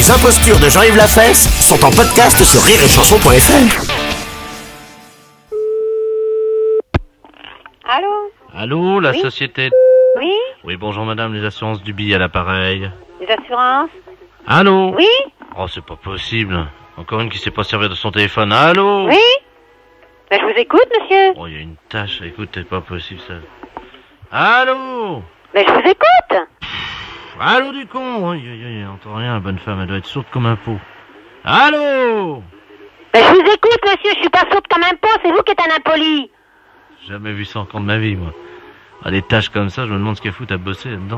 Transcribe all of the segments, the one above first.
Les impostures de Jean-Yves Lafesse sont en podcast sur rireetchanson.fr. Allô? Allô, la Oui. société... Oui? Oui, bonjour madame, les assurances du billet à l'appareil. Les assurances? Allô? Oui? Oh, c'est pas possible. Encore une qui sait pas servir de son téléphone. Allô? Oui? Ben, je vous écoute, monsieur. Oh, il y a une tâche. Écoute, c'est pas possible ça. Allô? Ben, je vous écoute. Allô du con? Oui, elle entend rien, la bonne femme, elle doit être sourde comme un pot. Allô? Ben, je vous écoute, monsieur. Je suis pas sourde comme un pot. C'est vous qui êtes un impoli. Jamais vu ça encore de ma vie, moi. Ah, des tâches comme ça, je me demande ce qu'elle fout à bosser là-dedans.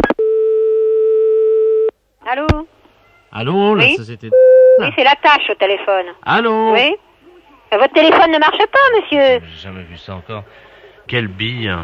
Allô? Allô, la Oui. société... Oui, c'est la tâche au téléphone. Allô? Oui? Ben, votre téléphone ne marche pas, monsieur. J'ai jamais vu ça encore. Quelle bille.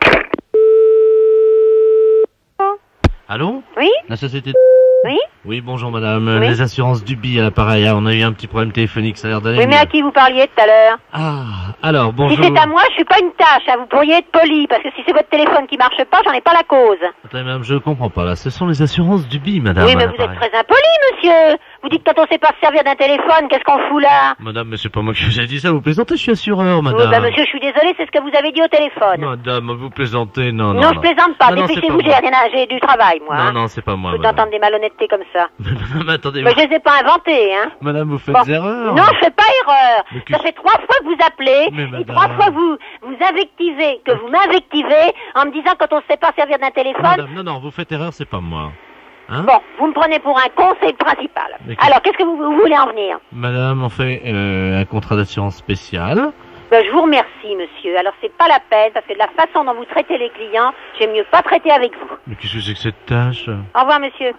Allô? Oui? La société... Oui? Oui, bonjour madame. Oui. Les assurances du billet à l'appareil. Ah, on a eu un petit problème téléphonique, ça a l'air d'aller Oui, mais mieux. à qui vous parliez tout à l'heure? Ah, alors, bonjour. Si c'est à moi, je suis pas une tâche. Hein. Vous pourriez être poli, parce que si c'est votre téléphone qui marche pas, j'en ai pas la cause. Attendez, madame, je comprends pas, là. Ce sont les assurances du billet, madame. Oui, mais à vous êtes l'appareil. très impoli, monsieur. Vous dites quand on sait pas se servir d'un téléphone, qu'est-ce qu'on fout là? Madame, mais c'est pas moi qui vous ai dit ça. Vous plaisantez, je suis assureur, madame. Oui, ben, monsieur, je suis désolé, c'est ce que vous avez dit au téléphone. Madame, vous plaisantez, non. Non, je plaisante pas. Non, non, c'est Dépêchez-vous, pas moi. j'ai du travail, moi. Non, hein. non, c'est pas moi, Vous madame. d'entendre des malhonnêtetés comme ça. Madame, attendez. Mais je les ai pas inventées, hein. Madame, vous faites Bon. erreur. Non, je fais pas erreur. Mais que- Ça fait 3 fois que vous appelez, Mais et madame. 3 fois que vous invectivez, que vous m'invectivez, en me disant quand on sait pas servir d'un téléphone. Madame, non, vous faites erreur, c'est pas moi. Hein? Bon, vous me prenez pour un con, c'est le principal. Mais que- Alors, qu'est-ce que vous voulez en venir? Madame, on fait un contrat d'assurance spécial. Ben, je vous remercie, monsieur. Alors, c'est pas la peine, parce que de la façon dont vous traitez les clients, j'aime mieux pas traiter avec vous. Mais qu'est-ce que c'est que cette tâche? Au revoir, monsieur.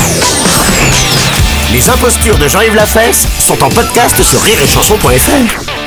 Les impostures de Jean-Yves Lafesse sont en podcast sur rireetchanson.fr.